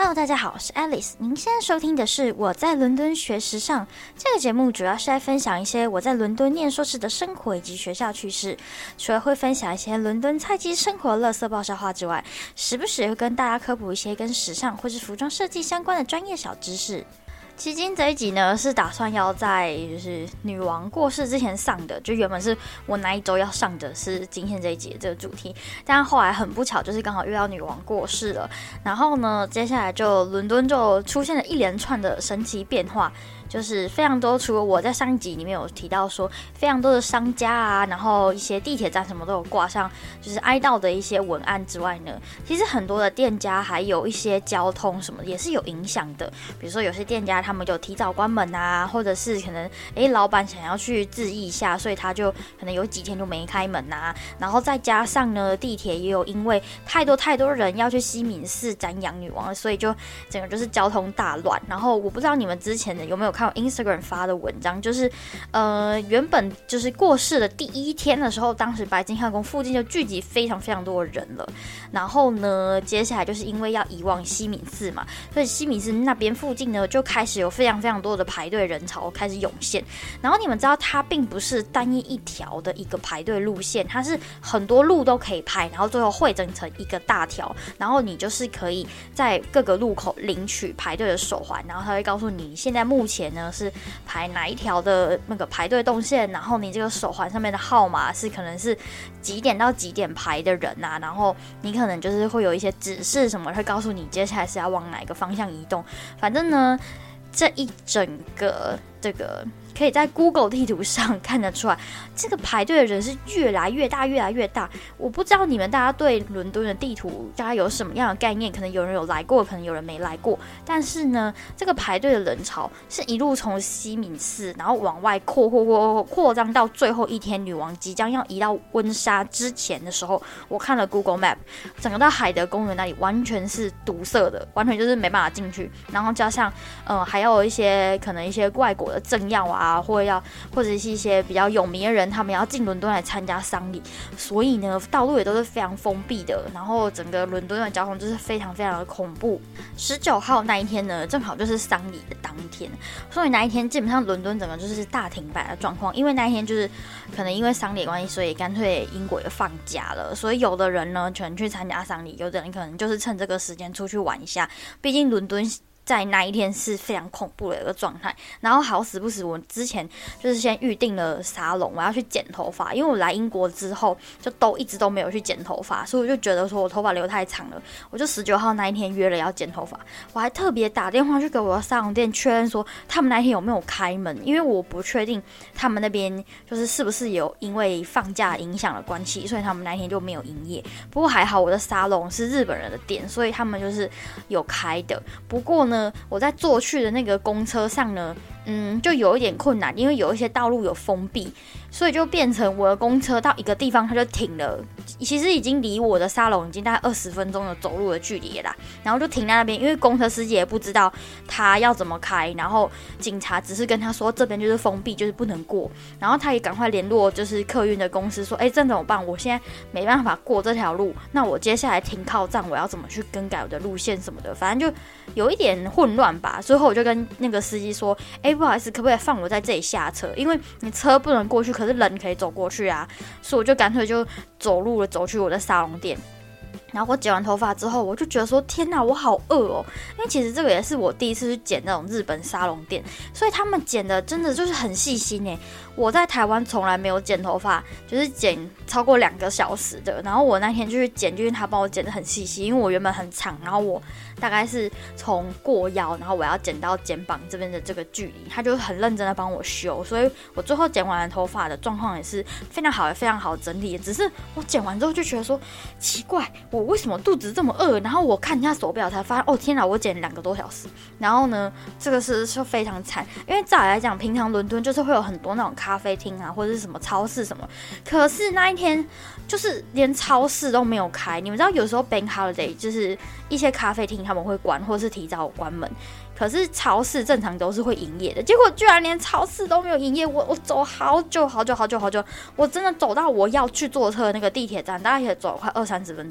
Hello， 大家好，我是 Alice。您现在收听的是我在伦敦学时尚这个节目，主要是在分享一些我在伦敦念硕士的生活以及学校趣事。除了会分享一些伦敦菜鸡生活垃圾爆笑话之外，时不时也会跟大家科普一些跟时尚或是服装设计相关的专业小知识。今天这一集呢，是打算要在就是女王过世之前上的，就原本是我那一周要上的是今天这一集的这个主题，但后来很不巧，就是刚好遇到女王过世了，然后呢，接下来就伦敦就出现了一连串的神奇变化。就是非常多，除了我在上一集里面有提到说，非常多的商家啊，然后一些地铁站什么都有挂上就是哀悼的一些文案之外呢，其实很多的店家还有一些交通什么也是有影响的。比如说有些店家他们就提早关门啊，或者是可能老板想要去致意一下，所以他就可能有几天就没开门啊。然后再加上呢，地铁也有因为太多人要去西敏寺瞻仰女王，所以就整个就是交通大乱。然后我不知道你们之前有没有看Instagram 发的文章，就是原本就是过世的第一天的时候，当时白金汉宫附近就聚集非常多的人了。然后呢，接下来就是因为要移往西敏寺嘛，所以西敏寺那边附近呢就开始有非常多的排队人潮开始涌现。然后你们知道，它并不是单一一条的一个排队路线，它是很多路都可以排，然后最后汇整成一个大条，然后你就是可以在各个路口领取排队的手环，然后它会告诉你现在目前呢是排哪一条的那个排队动线，然后你这个手环上面的号码是可能是几点到几点排的人啊，然后你可能就是会有一些指示什么会告诉你接下来是要往哪一个方向移动。反正呢，这一整个这个可以在 Google 地图上看得出来，这个排队的人是越来越大。我不知道你们大家对伦敦的地图大家有什么样的概念，可能有人有来过，可能有人没来过。但是呢，这个排队的人潮是一路从西敏寺，然后往外扩张到最后一天女王即将要移到温莎之前的时候，我看了 Google Map， 整个到海德公园那里完全是堵塞的，完全就是没办法进去。然后加上还有一些可能一些外国的政要啊，或者是一些比较有名的人，他们要进伦敦来参加丧礼，所以呢，道路也都是非常封闭的。然后整个伦敦的交通就是非常的恐怖。19号那一天呢，正好就是丧礼的当天，所以那一天基本上伦敦整个就是大停摆的状况。因为那一天就是可能因为丧礼的关系，所以干脆英国也放假了，所以有的人呢可能去参加丧礼，有的人可能就是趁这个时间出去玩一下。毕竟伦敦在那一天是非常恐怖的一个状态。然后好死不死，我之前就是先预定了沙龙，我要去剪头发，因为我来英国之后就一直都没有去剪头发，所以我就觉得说我头发留太长了，我就19号那一天约了要剪头发。我还特别打电话去给我的沙龙店确认说他们那一天有没有开门，因为我不确定他们那边就是是不是有因为放假影响的关系，所以他们那一天就没有营业。不过还好我的沙龙是日本人的店，所以他们就是有开的。不过呢，我在坐去的那个公车上呢，就有一点困难，因为有一些道路有封闭，所以就变成我的公车到一个地方它就停了，其实已经离我的沙龙已经大概20分钟的走路的距离啦，然后就停在那边，因为公车司机也不知道他要怎么开，然后警察只是跟他说这边就是封闭，就是不能过，然后他也赶快联络就是客运的公司说，这怎么办？我现在没办法过这条路，那我接下来停靠站我要怎么去更改我的路线什么的，反正就有一点混乱吧。最后我就跟那个司机说，不好意思，可不可以放我在这里下车？因为你车不能过去，可是人可以走过去啊，所以我就干脆就走去我的沙龙店。然后我剪完头发之后，我就觉得说天哪，我好饿哦！因为其实这个也是我第一次去剪那种日本沙龙店，所以他们剪的真的就是很细心耶。我在台湾从来没有剪头发，就是剪超过2个小时的。然后我那天就去剪，就是他帮我剪得很细细，因为我原本很长，然后我大概是从过腰，然后我要剪到肩膀这边的这个距离，他就很认真的帮我修，所以我最后剪完头发的状况也是非常好，也非常好整理。只是我剪完之后就觉得说奇怪，我为什么肚子这么饿？然后我看一下手表才发现，天哪，我剪2个多小时。然后呢，这个是非常惨，因为照理来讲，平常伦敦就是会有很多那种咖啡厅啊，或者是什么超市什么，可是那一天就是连超市都没有开。你们知道有时候 Bank Holiday 就是一些咖啡厅他们会关，或者是提早关门，可是超市正常都是会营业的，结果居然连超市都没有营业。我走好久，我真的走到我要去坐车的那个地铁站，大概也走了快20-30分钟吧，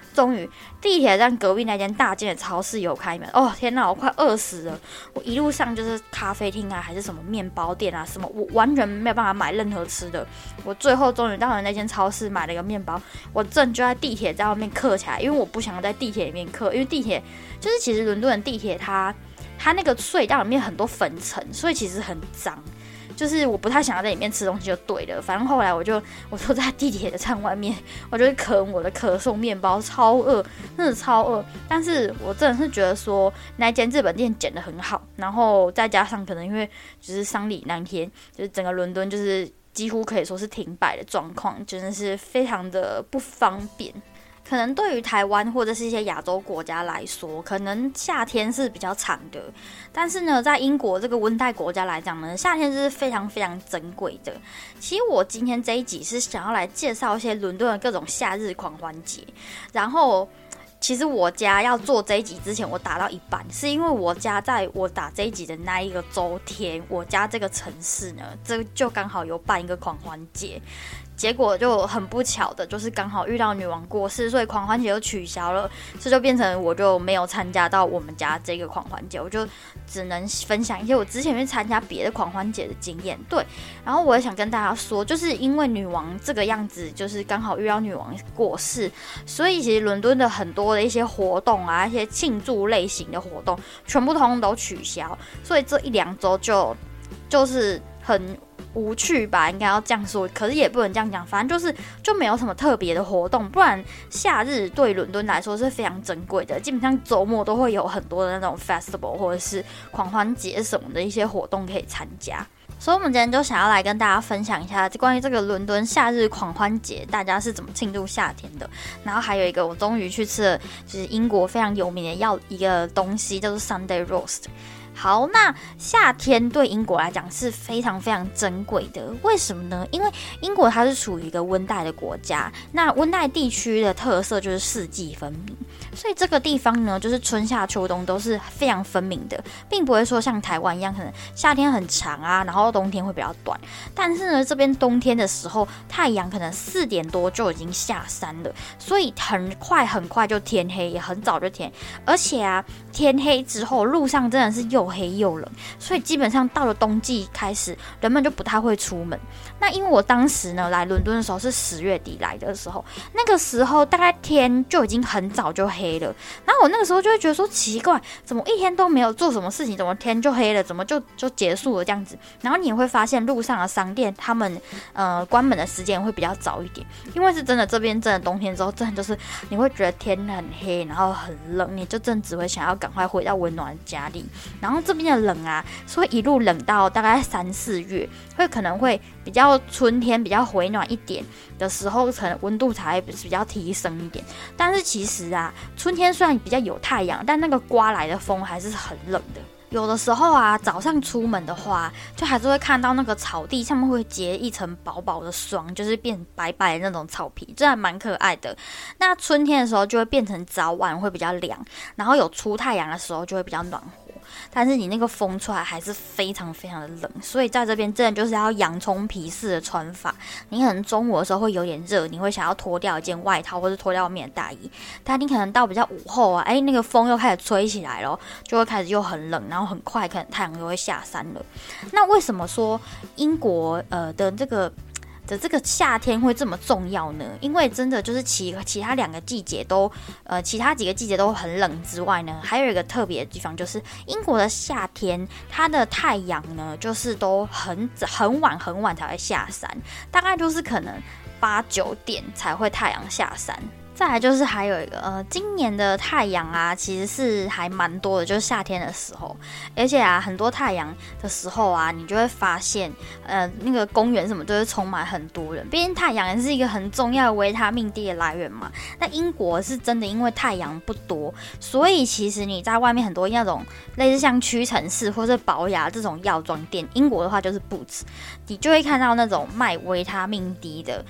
终于地铁站隔壁那间大间的超市有开门哦！天哪，我快饿死了！我一路上就是咖啡厅啊，还是什么面包店啊，什么我完全没有办法买任何吃的。我最后终于到了那间超市买了一个面包，我正就在地铁站外面嗑起来，因为我不想在地铁里面嗑，因为地铁就是其实伦敦的地铁它那个隧道里面很多粉尘，所以其实很脏。就是我不太想要在里面吃东西就对了，反正后来我就在地铁的站外面，我就啃我的可颂面包，超饿，真的超饿。但是我真的是觉得说那一间日本店剪得很好，然后再加上可能因为就是丧礼那一天，就是整个伦敦就是几乎可以说是停摆的状况，真的是非常的不方便。可能对于台湾或者是一些亚洲国家来说，可能夏天是比较长的，但是呢，在英国这个温带国家来讲呢，夏天是非常非常珍贵的。其实我今天这一集是想要来介绍一些伦敦的各种夏日狂欢节，然后其实我家要做这一集之前，我打到一半，是因为我家在我打这一集的那一个周天，我家这个城市呢，这就刚好有办一个狂欢节。结果就很不巧的，就是刚好遇到女王过世，所以狂欢节就取消了，这就变成我就没有参加到我们家这个狂欢节，我就只能分享一些我之前去参加别的狂欢节的经验。对，然后我也想跟大家说，就是因为女王这个样子，就是刚好遇到女王过世，所以其实伦敦的很多的一些活动啊，一些庆祝类型的活动，全部通通都取消，所以这1-2周就是很无趣吧，应该要这样说，可是也不能这样讲，反正就没有什么特别的活动，不然夏日对伦敦来说是非常珍贵的，基本上周末都会有很多的那种 festival 或者是狂欢节什么的一些活动可以参加。所以我们今天就想要来跟大家分享一下关于这个伦敦夏日狂欢节大家是怎么庆祝夏天的，然后还有一个我终于去吃了就是英国非常有名的一个东西叫做 Sunday Roast。好，那夏天对英国来讲是非常非常珍贵的，为什么呢？因为英国它是属于一个温带的国家，那温带地区的特色就是四季分明，所以这个地方呢，就是春夏秋冬都是非常分明的，并不会说像台湾一样，可能夏天很长啊，然后冬天会比较短。但是呢，这边冬天的时候，太阳可能4点多就已经下山了，所以很快就天黑，也很早就天，而且啊，天黑之后路上真的是又黑又冷，所以基本上到了冬季开始，人们就不太会出门。那因为我当时呢来伦敦的时候是10月底来的时候，那个时候大概天就已经很早就黑了，然后我那个时候就会觉得说奇怪，怎么一天都没有做什么事情，怎么天就黑了，怎么就结束了这样子。然后你也会发现路上的商店他们关门的时间会比较早一点，因为是真的这边真的冬天之后真的就是你会觉得天很黑，然后很冷，你就真的只会想要赶快回到温暖的家里。然后这边的冷啊是会一路冷到大概3-4月，可能会比较春天比较回暖一点的时候，可能温度才会比较提升一点。但是其实啊，春天虽然比较有太阳，但那个刮来的风还是很冷的。有的时候啊，早上出门的话，就还是会看到那个草地上面会结一层薄薄的霜，就是变白白的那种草皮，这还蛮可爱的。那春天的时候就会变成早晚会比较凉，然后有出太阳的时候就会比较暖和。但是你那个风出来还是非常非常的冷，所以在这边真的就是要洋葱皮式的穿法。你可能中午的时候会有点热，你会想要脱掉一件外套或者脱掉外面的大衣，但你可能到比较午后啊，那个风又开始吹起来了，就会开始又很冷，然后很快可能太阳又会下山了。那为什么说英国的这个夏天会这么重要呢？因为真的就是其他2个季节都其他几个季节都很冷之外呢，还有一个特别的地方就是英国的夏天，它的太阳呢就是都很晚才会下山，大概就是可能8-9点才会太阳下山。再来就是还有一个今年的太阳啊，其实是还蛮多的，就是夏天的时候，而且啊，很多太阳的时候啊，你就会发现那个公园什么都会充满很多人，毕竟太阳也是一个很重要的维他命 D 的来源嘛。那英国是真的因为太阳不多，所以其实你在外面很多那种类似像屈臣氏或者宝雅这种药妆店，英国的话就是 Boots， 你就会看到那种卖维他命 D 的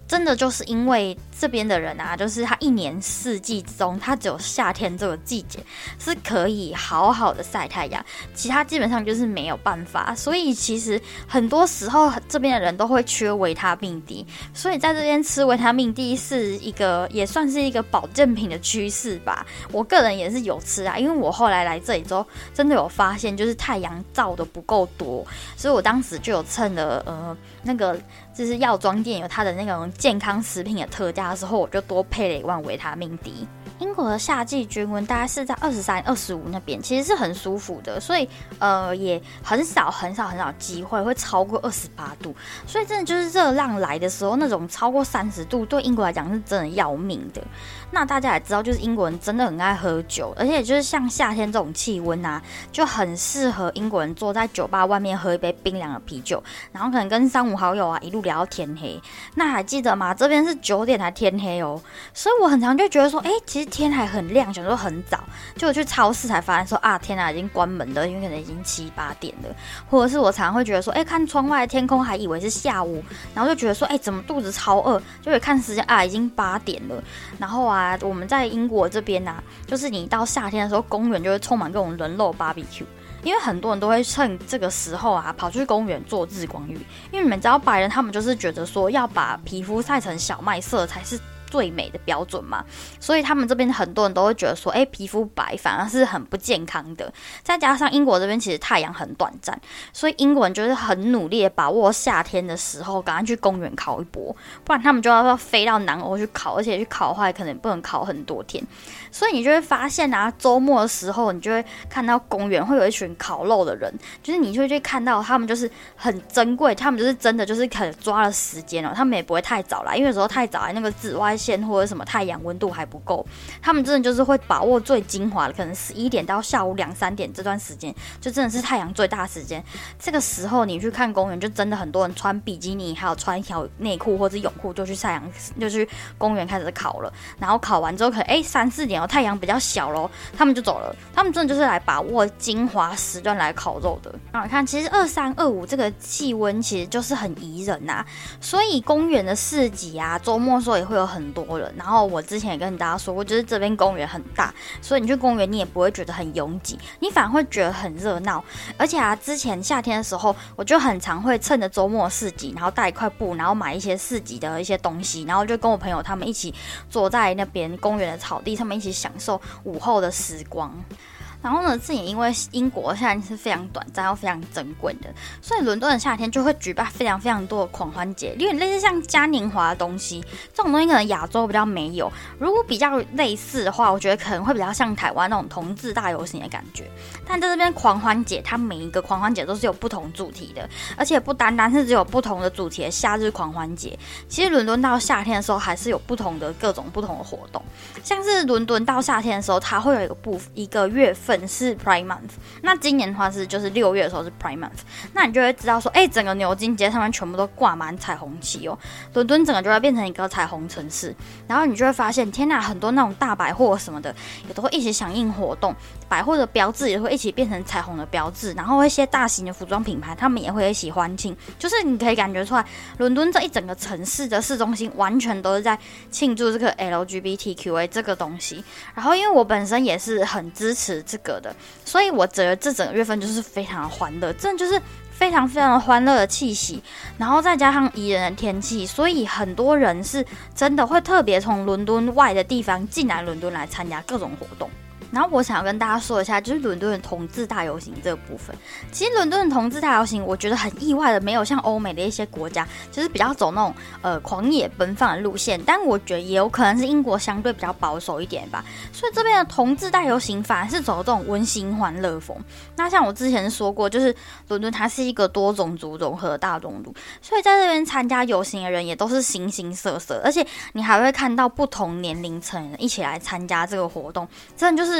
真的就是因为这边的人啊，就是他一年四季之中，他只有夏天这个季节是可以好好的晒太阳，其他基本上就是没有办法。所以其实很多时候这边的人都会缺维他命 D， 所以在这边吃维他命 D 是一个也算是一个保健品的趋势吧。我个人也是有吃啊，因为我后来来这里之后，真的有发现就是太阳照的不够多，所以我当时就有趁了那个就是药妆店有它的那种健康食品的特价的时候，我就多配了1罐维他命 D。英国的夏季均温大概是在23、25那边，其实是很舒服的，所以也很少机会会超过28度，所以真的就是热浪来的时候，那种超过30度对英国来讲是真的要命的。那大家也知道，就是英国人真的很爱喝酒，而且就是像夏天这种气温啊，就很适合英国人坐在酒吧外面喝一杯冰凉的啤酒，然后可能跟3、5好友啊一路聊到天黑。那还记得吗？这边是9点才天黑哦，所以我很常就觉得说，其实天还很亮，想说很早，就去超市才发现说啊，天啊，已经关门了，因为可能已经7、8点了。或者是我常常会觉得说，看窗外的天空还以为是下午，然后就觉得说，怎么肚子超饿，就会看时间啊，已经8点了。然后啊，我们在英国这边啊，就是你到夏天的时候，公园就会充满各种人肉 barbecue。因为很多人都会趁这个时候啊，跑去公园做日光浴。因为你们知道白人他们就是觉得说，要把皮肤晒成小麦色才是最美的标准嘛，所以他们这边很多人都会觉得说，皮肤白反而是很不健康的。再加上英国这边其实太阳很短暂，所以英国人就是很努力的把握夏天的时候，赶快去公园烤一波，不然他们就要飞到南欧去烤，而且去烤的话可能不能烤很多天。所以你就会发现啊，周末的时候你就会看到公园会有一群烤肉的人，就是你就会去看到他们就是很珍贵，他们就是真的就是可能抓了时间哦，他们也不会太早来，因为有时候太早来那个紫外线或者什么太阳温度还不够，他们真的就是会把握最精华的，可能11点到下午2、3点这段时间，就真的是太阳最大的时间。这个时候你去看公园，就真的很多人穿比基尼，还有穿一条内裤或者泳裤就去晒阳，就去公园开始烤了。然后烤完之后，可能3、4点太阳比较小咯，他们就走了。他们真的就是来把握精华时段来烤肉的。然后你看，其实23、25这个气温其实就是很宜人啊，所以公园的市集啊，周末的时候也会有很多人。然后我之前也跟大家说过，就是这边公园很大，所以你去公园你也不会觉得很拥挤，你反而会觉得很热闹。而且啊，之前夏天的时候，我就很常会趁着周末市集，然后带一块布，然后买一些市集的一些东西，然后就跟我朋友他们一起坐在那边公园的草地上面一起享受午后的时光。然后呢，这也因为英国现在是非常短暂又非常珍贵的，所以伦敦的夏天就会举办非常非常多的狂欢节，有点类似像嘉年华的东西。这种东西可能亚洲比较没有，如果比较类似的话，我觉得可能会比较像台湾那种同志大游行的感觉。但在这边狂欢节，它每一个狂欢节都是有不同主题的，而且不单单是只有不同的主题的夏日狂欢节。其实伦敦到夏天的时候，还是有不同的各种不同的活动，像是伦敦到夏天的时候，它会有一个月份是 Pride Month， 那今年的话就是6月的时候是 Pride Month， 那你就会知道说，整个牛津街上面全部都挂满彩虹旗哦，伦敦整个就会变成一个彩虹城市。然后你就会发现，天哪，很多那种大百货什么的也都会一起响应活动，百货的标志也会一起变成彩虹的标志，然后一些大型的服装品牌他们也会一起欢庆，就是你可以感觉出来，伦敦这一整个城市的市中心完全都是在庆祝这个 LGBTQA 这个东西。然后因为我本身也是很支持这个的，所以我觉得这整个月份就是非常的欢乐，真的就是非常非常的欢乐的气息，然后再加上宜人的天气，所以很多人是真的会特别从伦敦外的地方进来伦敦来参加各种活动。然后我想要跟大家说一下，就是伦敦的同志大游行这个部分。其实伦敦的同志大游行，我觉得很意外的，没有像欧美的一些国家，就是比较走那种狂野奔放的路线。但我觉得也有可能是英国相对比较保守一点吧，所以这边的同志大游行反而是走这种温馨欢乐风。那像我之前说过，就是伦敦它是一个多种族融合的大熔炉，所以在这边参加游行的人也都是形形色色，而且你还会看到不同年龄层人一起来参加这个活动，真的就是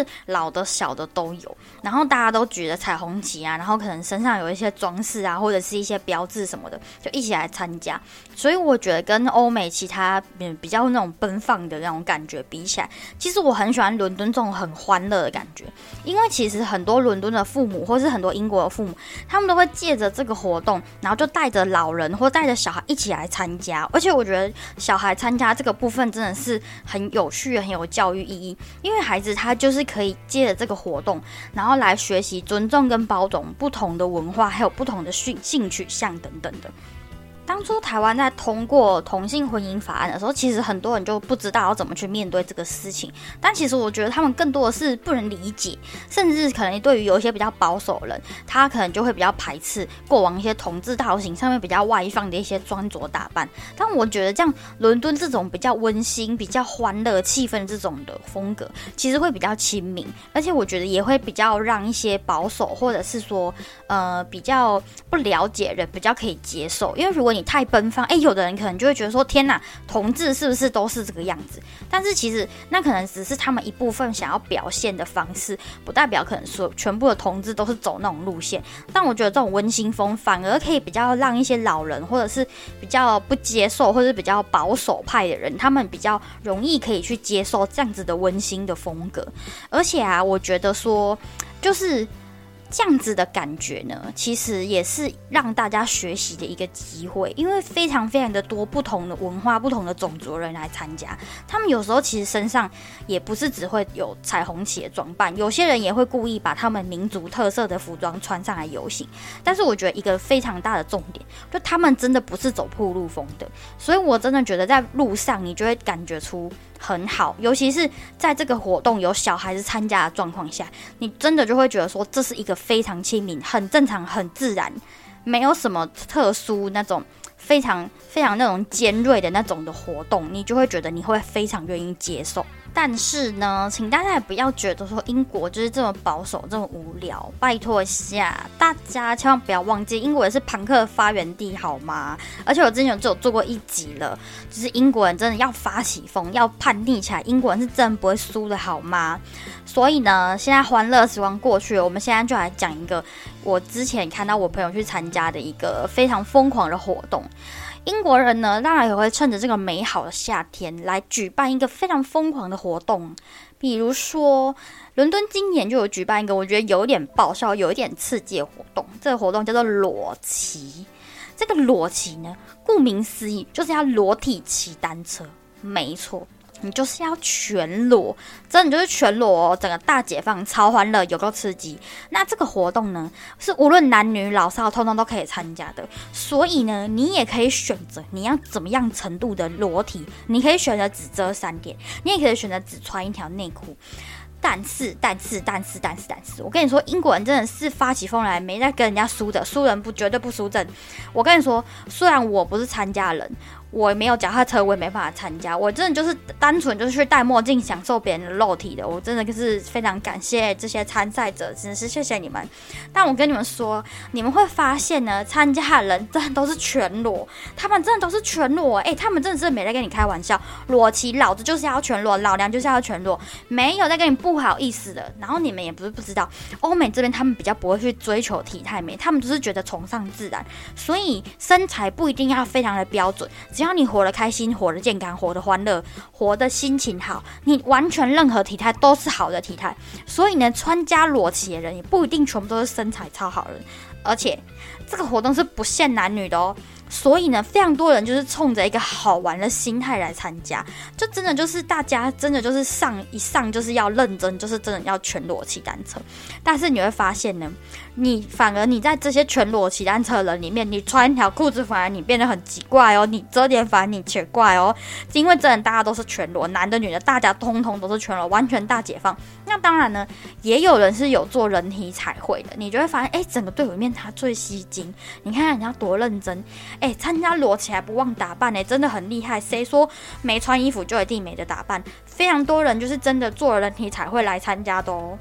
老的小的都有，然后大家都举着彩虹旗啊，然后可能身上有一些装饰啊，或者是一些标志什么的，就一起来参加。所以我觉得跟欧美其他比较那种奔放的那种感觉比起来，其实我很喜欢伦敦这种很欢乐的感觉。因为其实很多伦敦的父母或是很多英国的父母，他们都会借着这个活动，然后就带着老人或带着小孩一起来参加。而且我觉得小孩参加这个部分真的是很有趣很有教育意义，因为孩子他就是可以借着这个活动，然后来学习尊重跟包容不同的文化，还有不同的性取向等等的。当初台湾在通过同性婚姻法案的时候，其实很多人就不知道要怎么去面对这个事情。但其实我觉得他们更多的是不能理解，甚至可能对于有一些比较保守的人，他可能就会比较排斥过往一些同志造型上面比较外放的一些穿着打扮。但我觉得这样伦敦这种比较温馨、比较欢乐气氛这种的风格，其实会比较亲民，而且我觉得也会比较让一些保守或者是说比较不了解人比较可以接受。因为如果你太奔放，有的人可能就会觉得说，天哪，同志是不是都是这个样子？但是其实那可能只是他们一部分想要表现的方式，不代表可能说全部的同志都是走那种路线。但我觉得这种温馨风反而可以比较让一些老人或者是比较不接受或者是比较保守派的人，他们比较容易可以去接受这样子的温馨的风格。而且啊，我觉得说就是这样子的感觉呢，其实也是让大家学习的一个机会，因为非常非常的多不同的文化、不同的种族的人来参加，他们有时候其实身上也不是只会有彩虹旗的装扮，有些人也会故意把他们民族特色的服装穿上来游行。但是我觉得一个非常大的重点，就他们真的不是走暴露风的，所以我真的觉得在路上你就会感觉出很好，尤其是在这个活动有小孩子参加的状况下，你真的就会觉得说这是一个非常亲民、很正常、很自然，没有什么特殊那种非常非常那种尖锐的那种的活动，你就会觉得你会非常愿意接受。但是呢，请大家也不要觉得说英国就是这么保守、这么无聊，拜托一下，大家千万不要忘记，英国也是朋克的发源地，好吗？而且我之前就有做过一集了，就是英国人真的要发起疯，要叛逆起来，英国人是真的不会输的，好吗？所以呢，现在欢乐时光过去了，我们现在就来讲一个我之前看到我朋友去参加的一个非常疯狂的活动。英国人呢，当然也会趁着这个美好的夏天来举办一个非常疯狂的活动。比如说，伦敦今年就有举办一个我觉得有点爆笑、有一点刺激的活动。这个活动叫做裸骑。这个裸骑呢，顾名思义就是要裸体骑单车，没错。你就是要全裸，真的就是全裸哦，整个大解放，超欢乐，有够刺激。那这个活动呢，是无论男女老少通通都可以参加的，所以呢，你也可以选择你要怎么样程度的裸体，你可以选择只遮3点，你也可以选择只穿一条内裤。但是，我跟你说，英国人真的是发起疯来没在跟人家输的，输人绝对不输阵。我跟你说，虽然我不是参加人，我没有脚踏车，我也没办法参加。我真的就是单纯就是去戴墨镜享受别人的肉体的。我真的就是非常感谢这些参赛者，真的是谢谢你们。但我跟你们说，你们会发现呢，参加的人真的都是全裸，他们真的都是全裸。他们真的是没在跟你开玩笑，裸骑老子就是要全裸，老娘就是要全裸，没有在跟你不好意思的。然后你们也不知道，欧美这边他们比较不会去追求体态美，他们就是觉得崇尚自然，所以身材不一定要非常的标准，只要你活得开心、活得健康、活得欢乐、活得心情好，你完全任何体态都是好的体态。所以呢，参加裸骑的人也不一定全部都是身材超好的人，而且这个活动是不限男女的哦。所以呢，非常多人就是冲着一个好玩的心态来参加，就真的就是大家真的就是一上就是要认真，就是真的要全裸骑单车。但是你会发现呢，反而你在这些全裸骑单车的人里面，你穿一条裤子反而你变得很奇怪哦，你遮点反而你奇怪哦，因为真的大家都是全裸，男的女的大家通通都是全裸，完全大解放。那当然呢，也有人是有做人体彩绘的，你就会发现，整个队伍里面他最吸睛。你看人家多认真，参加裸骑还不忘打扮，真的很厉害。谁说没穿衣服就一定没得打扮？非常多人就是真的做了人体彩绘来参加的哦。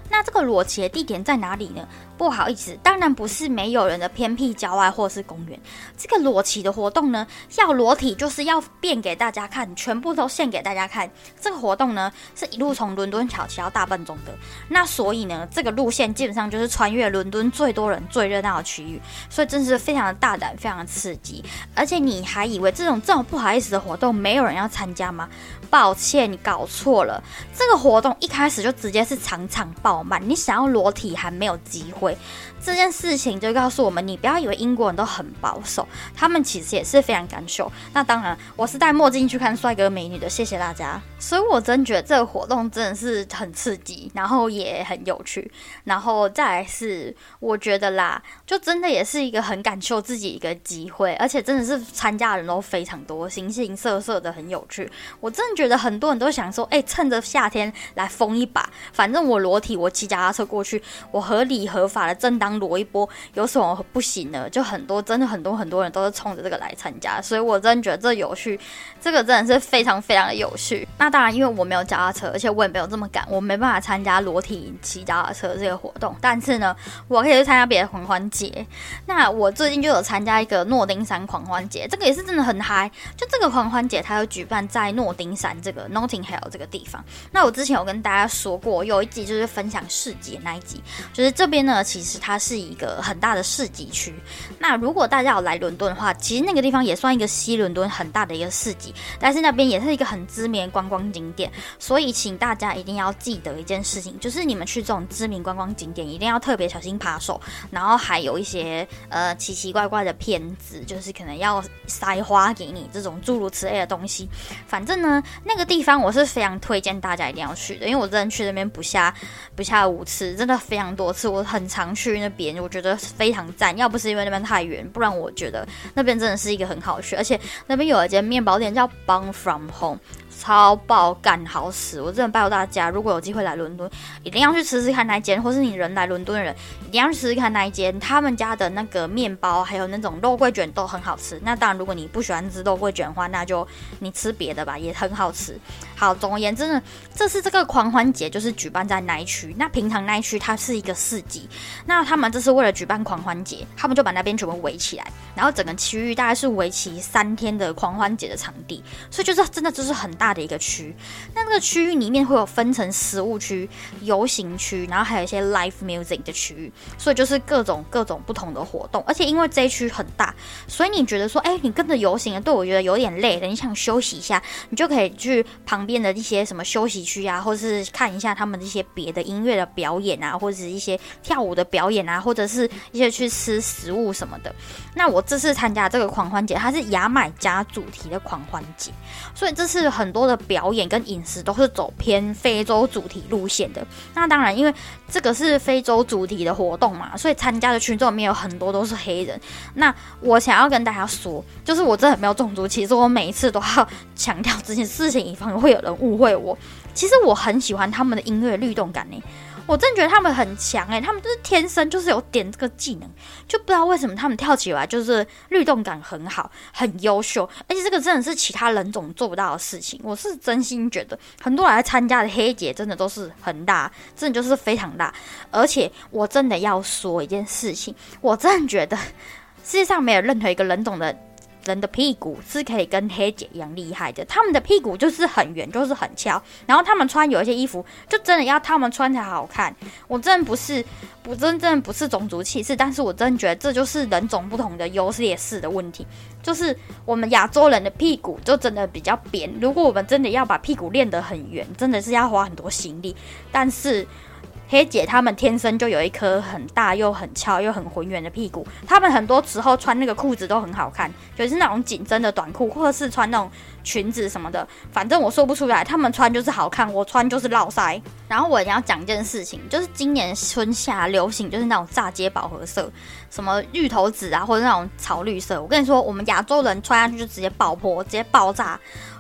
那这个裸骑的地点在哪里呢？不好意思，当然不是没有人的偏僻郊外或是公园。这个裸骑的活动呢，要裸体就是要变给大家看，全部都献给大家看。这个活动呢，是一路从伦敦桥骑到大笨钟的。那所以呢，这个路线基本上就是穿越伦敦最多人、最热闹的区域，所以真是非常的大胆，非常的刺激。而且你还以为这种不好意思的活动没有人要参加吗？抱歉，你搞错了。这个活动一开始就直接是场场爆满，你想要裸体还没有机会。这件事情就告诉我们，你不要以为英国人都很保守，他们其实也是非常敢秀。那当然，我是戴墨镜去看帅哥美女的，谢谢大家。所以我真觉得这个活动真的是很刺激，然后也很有趣。然后再来是，我觉得啦，就真的也是一个很敢秀自己一个机会，而且真的是参加的人都非常多，形形色色的，很有趣。我真的觉得很多人都想说，趁着夏天来疯一把，反正我裸体，我骑脚踏车过去，我合理合法的正当裸一波，有什么不行呢？就真的很多人都是冲着这个来参加，所以我真的觉得这有趣，这个真的是非常非常的有趣。那当然，因为我没有脚踏车，而且我也没有这么赶，我没办法参加裸体骑脚踏车这个活动。但是呢，我可以去参加别的狂欢节。那我最近就有参加一个诺丁山狂欢节，这个也是真的很嗨。就这个狂欢节，它有举办在诺丁山这个 Notting Hill 这个地方。那我之前有跟大家说过，有一集就是分享市集的那一集，就是这边呢，其实它是一个很大的市集区。那如果大家有来伦敦的话，其实那个地方也算一个西伦敦很大的一个市集，但是那边也是一个很知名的观光景点，所以请大家一定要记得一件事情，就是你们去这种知名观光景点，一定要特别小心扒手，然后还有一些奇奇怪怪的骗子，就是可能要塞花给你这种诸如此类的东西。反正呢，那个地方我是非常推荐大家一定要去的，因为我真的去那边不下5次，真的非常多次，我很常去那边，我觉得非常赞。要不是因为那边太远，不然我觉得那边真的是一个很好去，而且那边有一间面包店叫 Bun From Home。超爆干好吃！我真的拜托大家，如果有机会来伦敦，一定要去吃吃看那一间，或是你人来伦敦的人，一定要去吃吃看那一间。他们家的那个面包还有那种肉桂卷都很好吃。那当然，如果你不喜欢吃肉桂卷的话，那就你吃别的吧，也很好吃。好，总而言之呢，这次这个狂欢节就是举办在那一区。那平常那一区它是一个市集，那他们这是为了举办狂欢节，他们就把那边全部围起来，然后整个区域大概是为期3天的狂欢节的场地，所以就是真的就是很大的一个区。那这个区域里面会有分成食物区、游行区，然后还有一些 live music 的区域，所以就是各种不同的活动。而且因为这一区很大，所以你觉得说，你跟着游行的，对我觉得有点累了，你想休息一下，你就可以去旁边的一些什么休息区啊，或是看一下他们这些别的音乐的表演啊，或者是一些跳舞的表演啊，或者是一些去吃食物什么的。那我这次参加这个狂欢节，它是牙买加主题的狂欢节，所以这次很多的表演跟饮食都是走偏非洲主题路线的。那当然，因为这个是非洲主题的活动嘛，所以参加的群众里面有很多都是黑人。那我想要跟大家说，就是我真的很没有种族歧视，我每一次都要强调这件事情，以防会有人误会我。其实我很喜欢他们的音乐律动感呢。我真的觉得他们很强他们就是天生就是有点这个技能，就不知道为什么他们跳起来就是律动感很好，很优秀，而且这个真的是其他人种做不到的事情。我是真心觉得很多来参加的黑姐真的都是很大，真的就是非常大。而且我真的要说一件事情，我真的觉得世界上没有任何一个人种的人的屁股是可以跟黑姐一样厉害的，他们的屁股就是很圆，就是很翘，然后他们穿有一些衣服就真的要他们穿才好看。我真的不是种族歧视，但是我真的觉得这就是人种不同的优劣势的问题，就是我们亚洲人的屁股就真的比较扁，如果我们真的要把屁股练得很圆，真的是要花很多心力，但是黑姐她们天生就有一颗很大又很翘又很浑圆的屁股，她们很多时候穿那个裤子都很好看，就是那种紧身的短裤，或者是穿那种裙子什么的，反正我说不出来，她们穿就是好看，我穿就是落腮。然后我一定要讲一件事情，就是今年春夏流行就是那种炸街饱和色，什么芋头紫啊，或者那种草绿色。我跟你说，我们亚洲人穿下去就直接爆破，直接爆炸。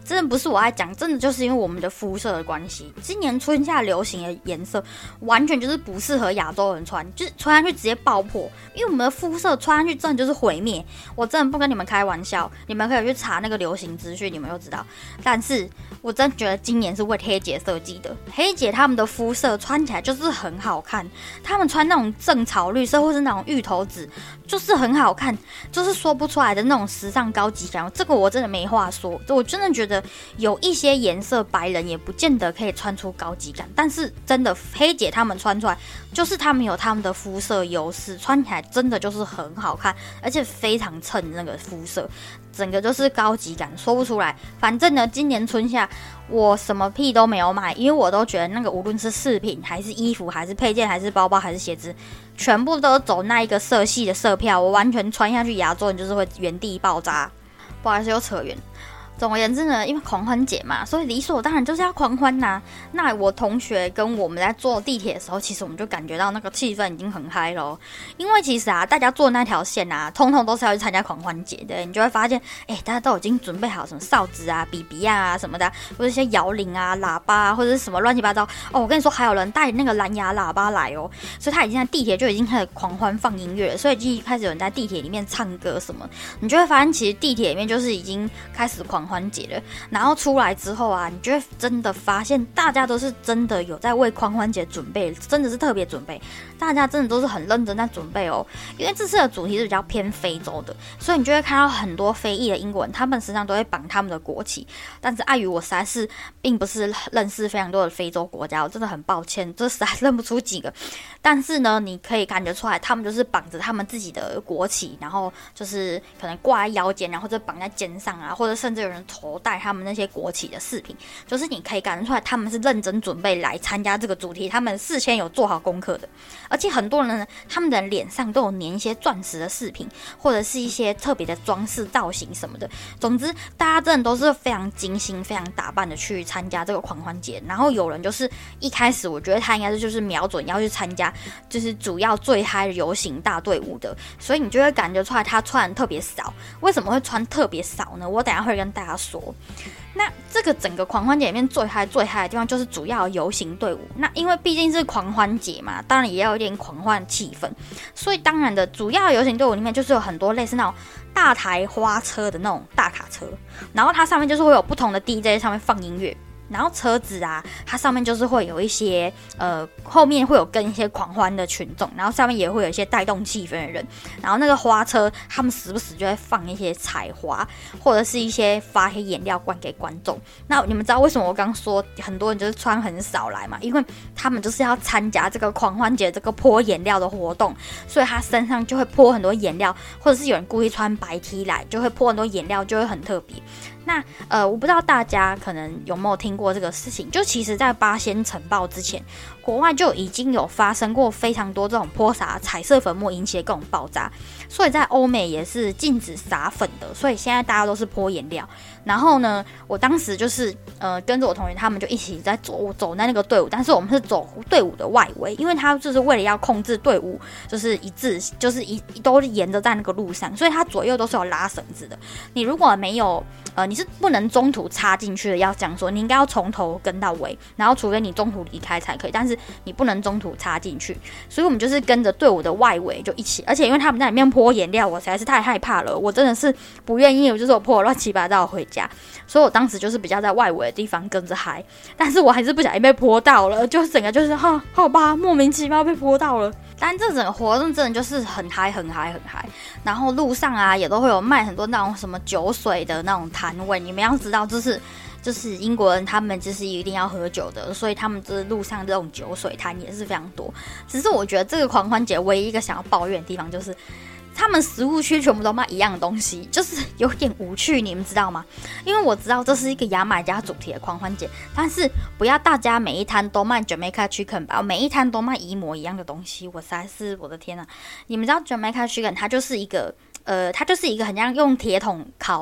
真的不是我爱讲，真的就是因为我们的肤色的关系。今年春夏流行的颜色完全就是不适合亚洲人穿，就是穿上去直接爆破，因为我们的肤色穿上去真的就是毁灭。我真的不跟你们开玩笑，你们可以去查那个流行资讯，你们就知道。但是我真的觉得今年是为黑姐设计的，黑姐她们的肤色穿起来就是很好看，她们穿那种正草绿色或是那种芋头紫，就是很好看，就是说不出来的那种时尚高级感。这个我真的没话说，我真的觉得有一些颜色白人也不见得可以穿出高级感，但是真的黑姐她们穿出来，就是她们有她们的肤色优势，穿起来真的就是很好看，而且非常衬那个肤色，整个就是高级感，说不出来。反正呢，今年春夏我什么屁都没有买，因为我都觉得那个无论是饰品还是衣服还是配件还是包包还是鞋子，全部都走那一个色系的色票，我完全穿下去亚洲人就是会原地爆炸。不好意思，又扯远。总而言之呢，因为狂欢节嘛，所以理所当然就是要狂欢呐。那我同学跟我们在坐地铁的时候，其实我们就感觉到那个气氛已经很嗨咯。因为其实啊，大家坐那条线啊，通通都是要去参加狂欢节的。你就会发现，大家都已经准备好什么哨子啊、比比啊什么的，或者一些摇铃啊、喇叭啊，或者是什么乱七八糟。哦，我跟你说，还有人带那个蓝牙喇叭来哦，所以他已经在地铁就已经开始狂欢放音乐了，所以就开始有人在地铁里面唱歌什么。你就会发现，其实地铁里面就是已经开始狂欢节了。然后出来之后啊，你就会真的发现大家都是真的有在为狂欢节准备，真的是特别准备，大家真的都是很认真在准备哦。因为这次的主题是比较偏非洲的，所以你就会看到很多非裔的英国人，他们身上都会绑他们的国旗。但是碍于我实在是并不是认识非常多的非洲国家，我真的很抱歉，这实在认不出几个。但是呢，你可以感觉出来，他们就是绑着他们自己的国旗，然后就是可能挂在腰间，然后或者绑在肩上啊，或者甚至有人头戴他们那些国旗的饰品，就是你可以感觉出来他们是认真准备来参加这个主题，他们事先有做好功课的。而且很多人呢，他们的脸上都有粘一些钻石的饰品，或者是一些特别的装饰造型什么的。总之，大家真的都是非常精心、非常打扮的去参加这个狂欢节。然后有人就是一开始，我觉得他应该是就是瞄准要去参加，就是主要最嗨的游行大队伍的，所以你就会感觉出来他穿得特别少。为什么会穿特别少呢？我等一下会跟大家说。那这个整个狂欢节里面最嗨的地方就是主要游行队伍。那因为毕竟是狂欢节嘛，当然也要有一点狂欢气氛，所以当然的主要游行队伍里面就是有很多类似那种大台花车的那种大卡车，然后它上面就是会有不同的 DJ 在上面放音乐。然后车子啊，它上面就是会有一些后面会有跟一些狂欢的群众，然后上面也会有一些带动气氛的人。然后那个花车，他们时不时就会放一些彩花，或者是一些发一些颜料罐给观众。那你们知道为什么我刚说很多人就是穿很少来嘛？因为他们就是要参加这个狂欢节这个泼颜料的活动，所以他身上就会泼很多颜料，或者是有人故意穿白 T 来，就会泼很多颜料，就会很特别。那我不知道大家可能有没有听过这个事情，就其实在八仙尘爆之前，国外就已经有发生过非常多这种泼洒彩色粉末引起的各种爆炸，所以在欧美也是禁止撒粉的，所以现在大家都是泼颜料。然后呢，我当时就是跟着我同学他们就一起在走在那个队伍，但是我们是走队伍的外围，因为他就是为了要控制队伍就是一致，就是都沿着在那个路上，所以他左右都是有拉绳子的。你如果没有你是不能中途插进去的，要这样说，你应该要从头跟到尾，然后除非你中途离开才可以，但是你不能中途插进去。所以我们就是跟着队伍的外围就一起，而且因为他们在里面泼颜料，我实在是太害怕了，我真的是不愿意，就是我泼乱七八糟回家，所以我当时就是比较在外围的地方跟着嗨，但是我还是不小心被泼到了，就整个就是好吧，莫名其妙被泼到了。但这整个活动真的就是很嗨，然后路上啊也都会有卖很多那种什么酒水的那种摊位，你们要知道就是英国人他们就是一定要喝酒的，所以他们就是路上这种酒水摊也是非常多。只是我觉得这个狂欢节唯一一个想要抱怨的地方就是他们食物区全部都卖一样的东西，就是有点无趣，你们知道吗？因为我知道这是一个牙买加主题的狂欢节，但是不要大家每一摊都卖 Jamaica Chicken 吧，每一摊都卖一模一样的东西，我实在是我的天啊！你们知道 Jamaica Chicken 它就是一个很像用铁桶烤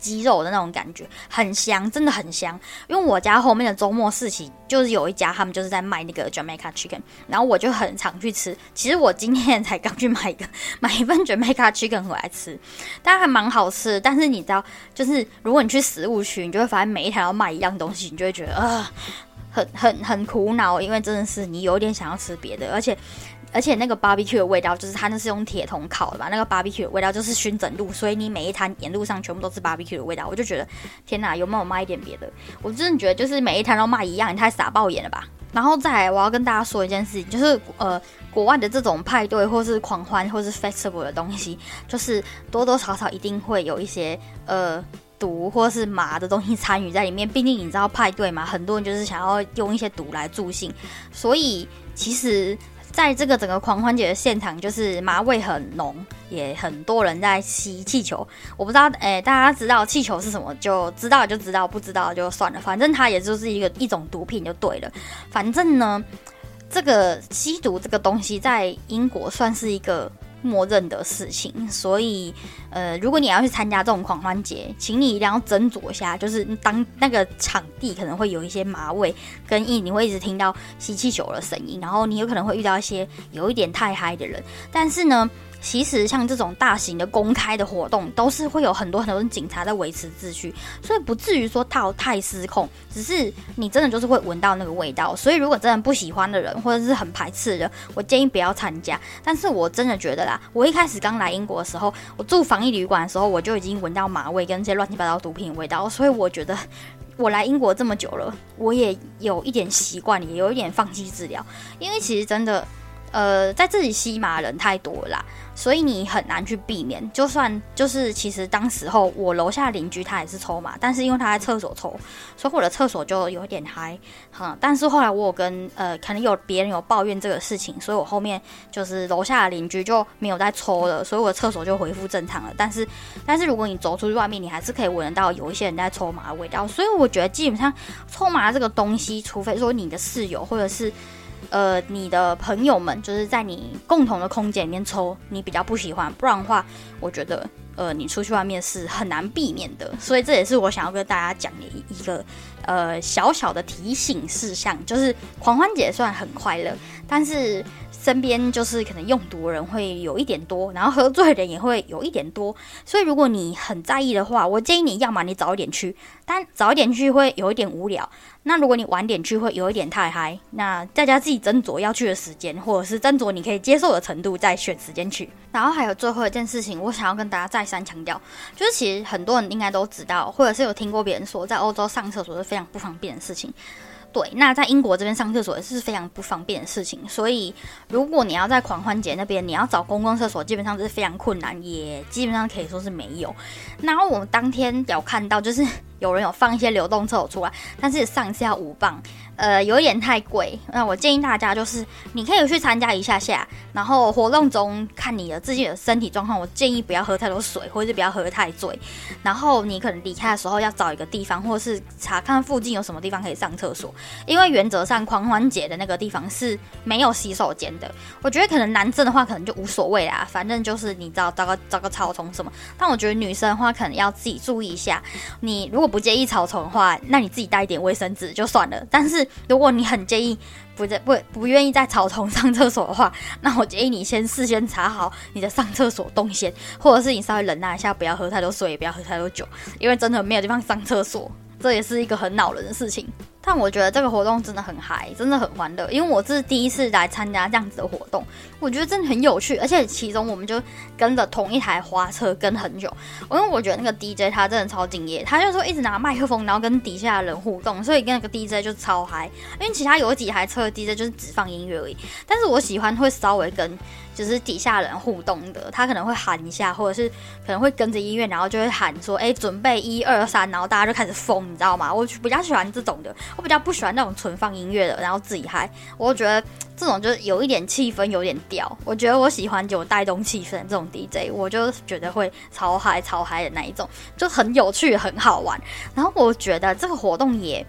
鸡肉的那种感觉，很香，真的很香。因为我家后面的周末市集就是有一家，他们就是在卖那个 Jamaica Chicken， 然后我就很常去吃。其实我今天才刚去买一份 Jamaica Chicken 回来吃，但还蛮好吃的。但是你知道，就是如果你去食物区，你就会发现每一台要卖一样东西，你就会觉得很苦恼，因为真的是你有点想要吃别的，而且那个 barbecue 的味道，就是它那是用铁桶烤的吧，那个 barbecue 的味道就是熏整路，所以你每一摊沿路上全部都是 barbecue 的味道，我就觉得天哪，有没有卖一点别的？我真的觉得就是每一摊都卖一样，你太傻爆眼了吧！然后再来，我要跟大家说一件事情，就是国外的这种派对或是狂欢或是 festival 的东西，就是多多少少一定会有一些毒或是麻的东西参与在里面，毕竟你知道派对嘛，很多人就是想要用一些毒来助兴，所以其实在这个整个狂欢节的现场，就是麻味很浓，也很多人在吸气球。我不知道，大家知道气球是什么，就知道就知道，不知道就算了。反正它也就是一种毒品就对了。反正呢，这个吸毒这个东西在英国算是一个默认的事情，所以如果你要去参加这种狂欢节，请你一定要斟酌一下，就是当那个场地可能会有一些麻味，跟你会一直听到吸气球的声音，然后你有可能会遇到一些有一点太嗨的人，但是呢，其实像这种大型的公开的活动，都是会有很多警察在维持秩序，所以不至于说到太失控，只是你真的就是会闻到那个味道。所以如果真的不喜欢的人，或者是很排斥的人，我建议不要参加。但是我真的觉得啦，我一开始刚来英国的时候，我住防疫旅馆的时候，我就已经闻到麻味跟这些乱七八糟毒品的味道，所以我觉得我来英国这么久了，我也有一点习惯，也有一点放弃治疗，因为其实真的在这里吸麻人太多了啦，所以你很难去避免。就算就是其实当时候我楼下邻居他也是抽麻，但是因为他在厕所抽，所以我的厕所就有点嗨。但是后来我有跟可能有别人有抱怨这个事情，所以我后面就是楼下的邻居就没有再抽了，所以我的厕所就恢复正常了。但是如果你走出去外面，你还是可以闻得到有一些人在抽麻的味道。所以我觉得基本上抽麻这个东西，除非说你的室友或者是你的朋友们就是在你共同的空间里面抽，你比较不喜欢，不然的话，我觉得你出去外面是很难避免的。所以这也是我想要跟大家讲的一个小小的提醒事项，就是狂欢节虽然很快乐，但是身边就是可能用毒的人会有一点多，然后喝醉的人也会有一点多，所以如果你很在意的话，我建议你要么你早一点去，但早一点去会有一点无聊，那如果你晚点去会有一点太嗨，那大家自己斟酌要去的时间，或者是斟酌你可以接受的程度再选时间去。然后还有最后一件事情，我想要跟大家再三强调，就是其实很多人应该都知道，或者是有听过别人说，在欧洲上厕所是非常不方便的事情。对，那在英国这边上厕所也是非常不方便的事情，所以如果你要在狂欢节那边，你要找公共厕所，基本上是非常困难，也基本上可以说是没有。然后我们当天有看到，就是有人有放一些流动厕所出来，但是上一次要5磅，有一点太贵。那我建议大家就是你可以去参加一下下，然后活动中看你的自己的身体状况，我建议不要喝太多水，或者是不要喝太醉。然后你可能离开的时候要找一个地方，或者是查看附近有什么地方可以上厕所，因为原则上狂欢节的那个地方是没有洗手间的。我觉得可能男生的话可能就无所谓啦，反正就是你知道找个草丛什么。但我觉得女生的话可能要自己注意一下，你如果不介意草丛的话，那你自己带一点卫生纸就算了。但是如果你很介意不愿意在草丛上厕所的话，那我建议你事先查好你的上厕所动线，或者是你稍微忍耐一下，不要喝太多水，也不要喝太多酒，因为真的没有地方上厕所，这也是一个很恼人的事情。但我觉得这个活动真的很嗨，真的很欢乐，因为我是第一次来参加这样子的活动，我觉得真的很有趣，而且其中我们就跟着同一台花车跟很久，因为我觉得那个 DJ 他真的超敬业，他就说一直拿麦克风，然后跟底下的人互动，所以跟那个 DJ 就超嗨。因为其他有几台车的 DJ 就是只放音乐而已，但是我喜欢会稍微跟就是底下人互动的，他可能会喊一下，或者是可能会跟着音乐，然后就会喊说准备1、2、3，然后大家就开始疯，你知道吗？我比较喜欢这种的，我比较不喜欢那种纯放音乐的，然后自己嗨。我觉得这种就是有一点气氛，有点调。我觉得我喜欢有带动气氛的这种 DJ， 我就觉得会超嗨的那一种，就很有趣，很好玩。然后我觉得这个活动也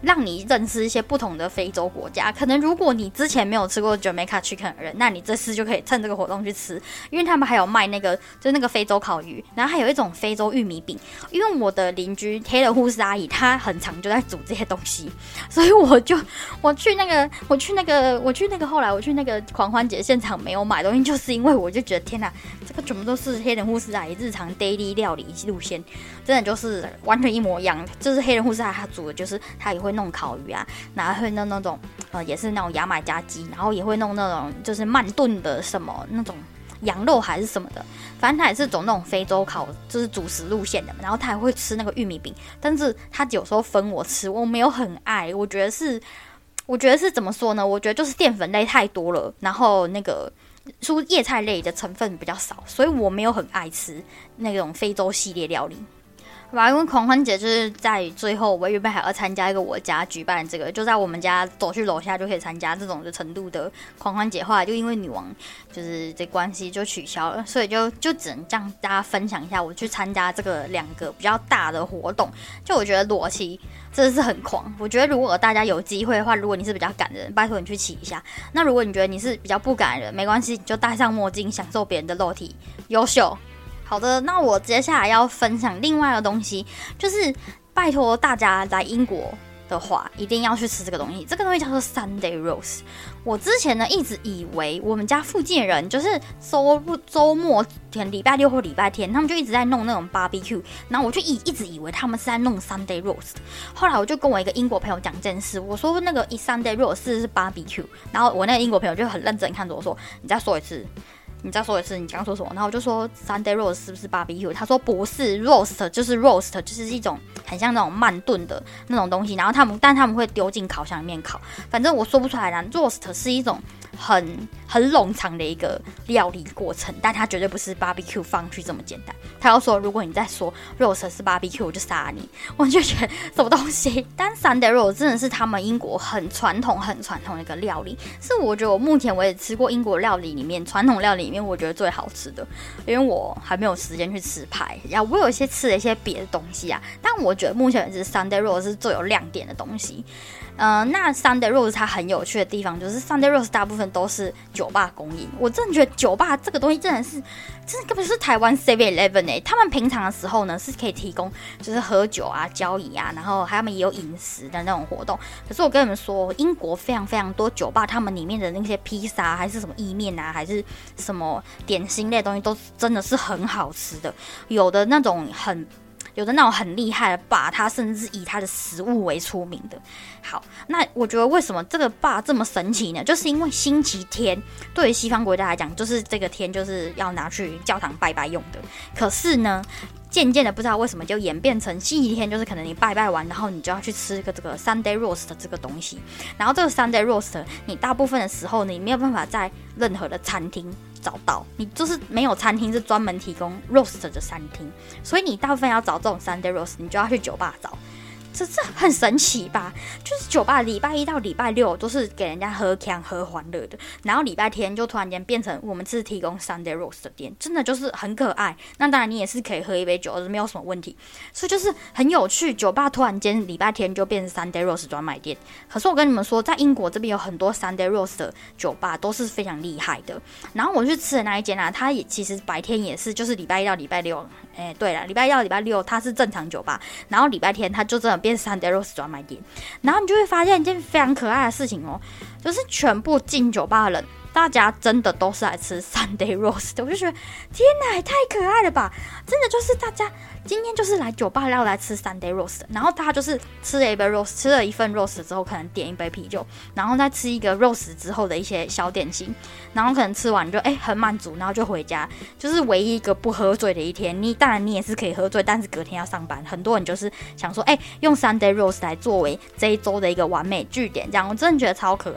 让你认识一些不同的非洲国家。可能如果你之前没有吃过 Jamaica Chicken 的人，那你这次就可以趁这个活动去吃，因为他们还有卖那个就是那个非洲烤鱼，然后还有一种非洲玉米饼。因为我的邻居黑人护士阿姨，她很常就在煮这些东西，所以我去那个后来我去那个狂欢节现场没有买东西，就是因为我就觉得天哪，这个全部都是黑人护士阿姨日常 daily 料理路线，真的就是完全一模一样。就是黑人护士阿姨她煮的就是她也会弄烤鱼啊，然后会弄那种也是那种牙买加鸡，然后也会弄那种就是慢炖的什么那种羊肉还是什么的，反正他也是走那种非洲烤就是主食路线的，然后他还会吃那个玉米饼，但是他有时候分我吃，我没有很爱，我觉得是怎么说呢？我觉得就是淀粉类太多了，然后那个叶菜类的成分比较少，所以我没有很爱吃那种非洲系列料理。因为狂欢节就是在最后，我原本还要参加一个我家举办这个，就在我们家走去楼下就可以参加这种的程度的狂欢节，后来就因为女王就是这关系就取消了，所以就只能这样大家分享一下我去参加这个2个比较大的活动。就我觉得裸骑真的是很狂，我觉得如果大家有机会的话，如果你是比较敢的人，拜托你去骑一下。那如果你觉得你是比较不敢的人，没关系，你就戴上墨镜享受别人的肉体，优秀。好的，那我接下来要分享另外一个东西，就是拜托大家来英国的话，一定要去吃这个东西。这个东西叫做 Sunday Roast。我之前呢一直以为我们家附近的人就是周末礼拜六或礼拜天，他们就一直在弄那种 barbecue， 然后我就一直以为他们是在弄 Sunday Roast。后来我就跟我一个英国朋友讲这件事，我说那个 Sunday Roast 是 barbecue， 然后我那个英国朋友就很认真看着我说：“你再说一次。”你刚刚说什么？然后我就说 Sunday roast 是不是 barbecue？ 他说不是 ，roast 就是 roast， 就是一种很像那种慢炖的那种东西。然后他们会丢进烤箱里面烤。反正我说不出来啦 ，roast 是一种很冗长的一个料理过程，但它绝对不是 barbecue 放去这么简单。他要说，如果你再说 roast 是 barbecue， 我就杀你。我就觉得什么东西？但 Sunday roast 真的是他们英国很传统的一个料理，是我觉得我目前为止吃过英国料理里面传统料理里面我觉得最好吃的。因为我还没有时间去吃派，我有吃了一些别的东西啊，但我觉得目前为止 Sunday roast 是最有亮点的东西。那 Sunday roast 它很有趣的地方就是 Sunday roast 大部分都是酒吧供应。我真的觉得酒吧这个东西真的根本是台湾 7-Eleven 他们平常的时候呢是可以提供就是喝酒啊、交易啊，然后他们也有饮食的那种活动。可是我跟你们说，英国非常非常多酒吧，他们里面的那些披萨还是什么意面啊，还是什么点心类的东西，都真的是很好吃的。有的那种很厉害的bar，他甚至以他的食物为出名的。好，那我觉得为什么这个bar这么神奇呢？就是因为星期天对于西方国家来讲，就是这个天就是要拿去教堂拜拜用的。可是呢，渐渐的不知道为什么就演变成星期天，就是可能你拜拜完，然后你就要去吃这个 Sunday roast 这个东西。然后这个 Sunday roast， 你大部分的时候你没有办法在任何的餐厅找到，你就是没有餐厅是专门提供 roast 的餐厅，所以你大部分要找这种 Sunday roast， 你就要去酒吧找。这很神奇吧？就是酒吧礼拜一到礼拜六都是给人家喝康喝欢乐的，然后礼拜天就突然间变成我们是提供 Sunday roast 的店，真的就是很可爱。那当然你也是可以喝一杯酒，没有什么问题。所以就是很有趣，酒吧突然间礼拜天就变成 Sunday roast 专卖店。可是我跟你们说，在英国这边有很多 Sunday roast 的酒吧都是非常厉害的。然后我去吃的那一间啊，它也其实白天也是，就是礼拜一到礼拜六。对了，礼拜一到礼拜六它是正常酒吧，然后礼拜天它就真的变 Sunday roast 专卖店。然后你就会发现一件非常可爱的事情哦，就是全部进酒吧的人，大家真的都是来吃 Sunday roast 的。我就觉得天哪，也太可爱了吧！真的就是大家今天就是来酒吧要来吃 Sunday roast， 然后大家就是吃了一份 roast 之后，可能点一杯啤酒，然后再吃一个 roast 之后的一些小点心，然后可能吃完就很满足，然后就回家。就是唯一一个不喝醉的一天。当然你也是可以喝醉，但是隔天要上班。很多人就是想说用 Sunday roast 来作为这一周的一个完美句点，这样我真的觉得超可爱。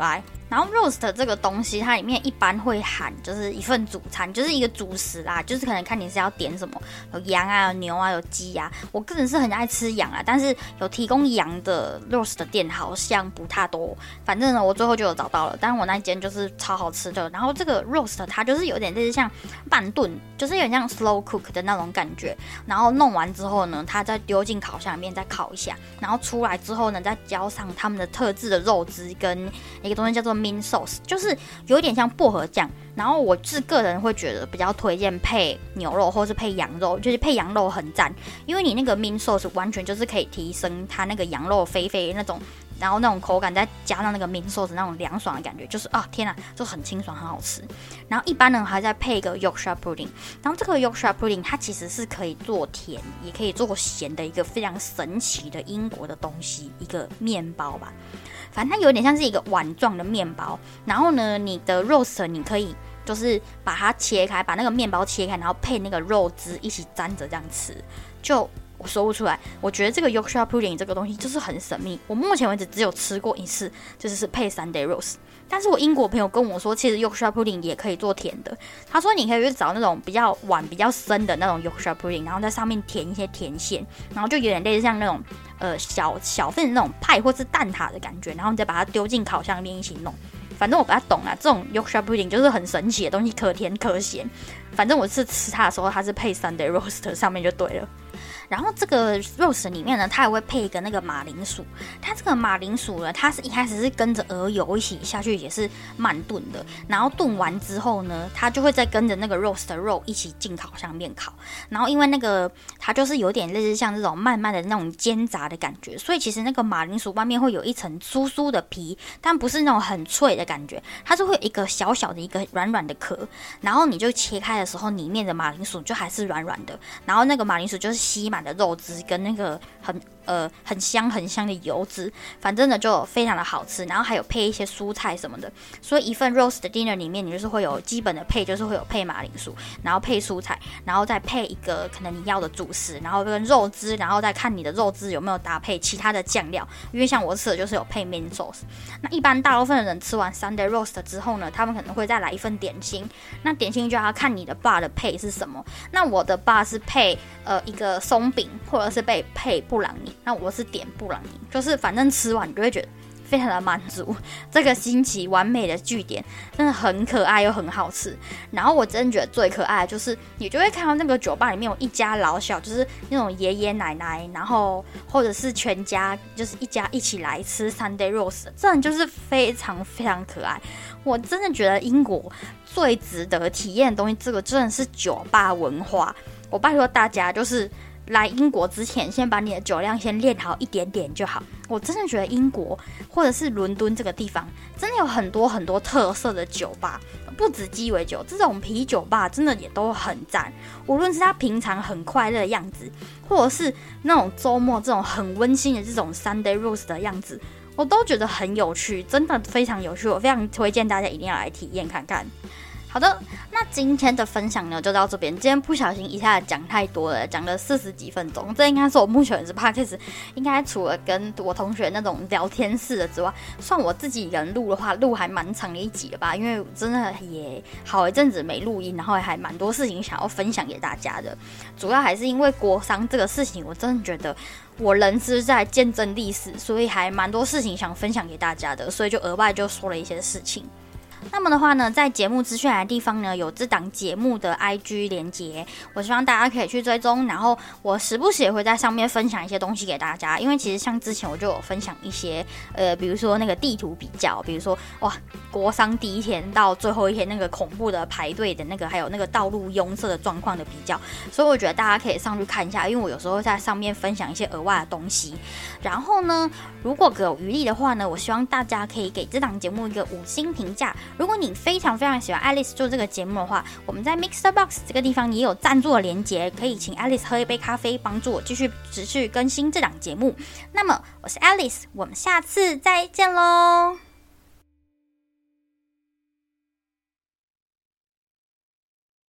然后 roast 这个东西，它里面一般会含就是一份主餐，就是一个主食啦，就是可能看你是要点什么，有羊啊、有牛啊、有鸡啊。我个人是很爱吃羊啊，但是有提供羊的 roast 的店好像不太多。反正呢，我最后就有找到了，但是我那间就是超好吃的。然后这个 roast 它就是有点类似像半炖，就是有点像 slow cook 的那种感觉。然后弄完之后呢，它再丢进烤箱里面再烤一下，然后出来之后呢，再浇上他们的特制的肉汁跟一个东西叫做mint sauce， 就是有点像薄荷酱。然后我是个人会觉得比较推荐配牛肉或是配羊肉，就是配羊肉很赞，因为你那个 mint sauce 完全就是可以提升它那个羊肉肥肥那种，然后那种口感再加上那个mint sauce 那种凉爽的感觉，就是啊天哪，就很清爽很好吃。然后一般呢还再配一个 Yorkshire pudding， 然后这个 Yorkshire pudding 它其实是可以做甜也可以做咸的一个非常神奇的英国的东西，一个面包吧。反正它有点像是一个碗状的面包，然后呢，你的 roast 你可以就是把它切开，把那个面包切开，然后配那个肉汁一起沾着这样吃，就我说不出来。我觉得这个 Yorkshire pudding 这个东西就是很神秘，我目前为止只有吃过一次，就是配 Sunday roast。但是我英国朋友跟我说，其实 Yorkshire pudding 也可以做甜的。他说你可以去找那种比较碗比较深的那种 Yorkshire pudding， 然后在上面填一些甜馅，然后就有点类似像那种小份的那种派或是蛋挞的感觉，然后你再把它丢进烤箱里面一起弄。反正我不太懂啦，这种 Yorkshire pudding 就是很神奇的东西，可甜可咸。反正我是吃它的时候，它是配 Sunday roast 上面就对了。然后这个 roast 里面呢，它也会配一个那个马铃薯。它这个马铃薯呢，它是一开始是跟着鹅油一起下去，也是慢炖的。然后炖完之后呢，它就会再跟着那个 roast 的肉一起进烤箱里面烤。然后因为那个它就是有点类似像这种慢慢的那种煎炸的感觉，所以其实那个马铃薯外面会有一层酥酥的皮，但不是那种很脆的感觉，它是会有一个小小的一个软软的壳。然后你就切开的时候，里面的马铃薯就还是软软的，然后那个马铃薯就是吸满的肉汁跟那个很香的油脂，反正呢就非常的好吃，然后还有配一些蔬菜什么的，所以一份 roast dinner 里面你就是会有基本的配，就是会有配马铃薯，然后配蔬菜，然后再配一个可能你要的主食，然后跟肉汁，然后再看你的肉汁有没有搭配其他的酱料，因为像我吃的就是有配 mint sauce。那一般大部分的人吃完 Sunday roast 之后呢，他们可能会再来一份点心，那点心就要看你的 bar 的配是什么。那我的 bar 是配一个松饼，或者是配布朗尼。那我是点布朗尼，就是反正吃完你就会觉得非常的满足，这个星期完美的句点，真的很可爱又很好吃。然后我真的觉得最可爱的就是你就会看到那个酒吧里面有一家老小，就是那种爷爷奶奶，然后或者是全家，就是一家一起来吃 Sunday roast， 真的就是非常非常可爱。我真的觉得英国最值得体验的东西，这个真的是酒吧文化。我拜托大家，就是来英国之前，先把你的酒量先练好一点点就好。我真的觉得英国或者是伦敦这个地方，真的有很多很多特色的酒吧，不止鸡尾酒，这种啤酒吧真的也都很赞。无论是他平常很快乐的样子，或者是那种周末这种很温馨的这种 Sunday roast 的样子，我都觉得很有趣，真的非常有趣。我非常推荐大家一定要来体验看看。好的，那今天的分享呢就到这边。今天不小心一下子讲太多了，讲了40几分钟，这应该是我目前为止 podcast 应该除了跟我同学那种聊天式的之外，算我自己一个人录的话，录还蛮长的一集了吧？因为真的也好一阵子没录音，然后还蛮多事情想要分享给大家的。主要还是因为国商这个事情，我真的觉得我人是在见证历史，所以还蛮多事情想分享给大家的，所以就额外就说了一些事情。那么的话呢，在节目资讯栏的地方呢，有这档节目的 IG 连结，我希望大家可以去追踪。然后我时不时也会在上面分享一些东西给大家，因为其实像之前我就有分享一些比如说那个地图比较，比如说哇，国商第一天到最后一天那个恐怖的排队的那个，还有那个道路拥塞的状况的比较，所以我觉得大家可以上去看一下，因为我有时候会在上面分享一些额外的东西。然后呢，如果有余力的话呢，我希望大家可以给这档节目一个5星评价。如果你非常非常喜欢 Alice 做这个节目的话，我们在 Mixer Box 这个地方也有赞助的连结，可以请 Alice 喝一杯咖啡，帮助我继续持续更新这档节目。那么我是 Alice， 我们下次再见喽。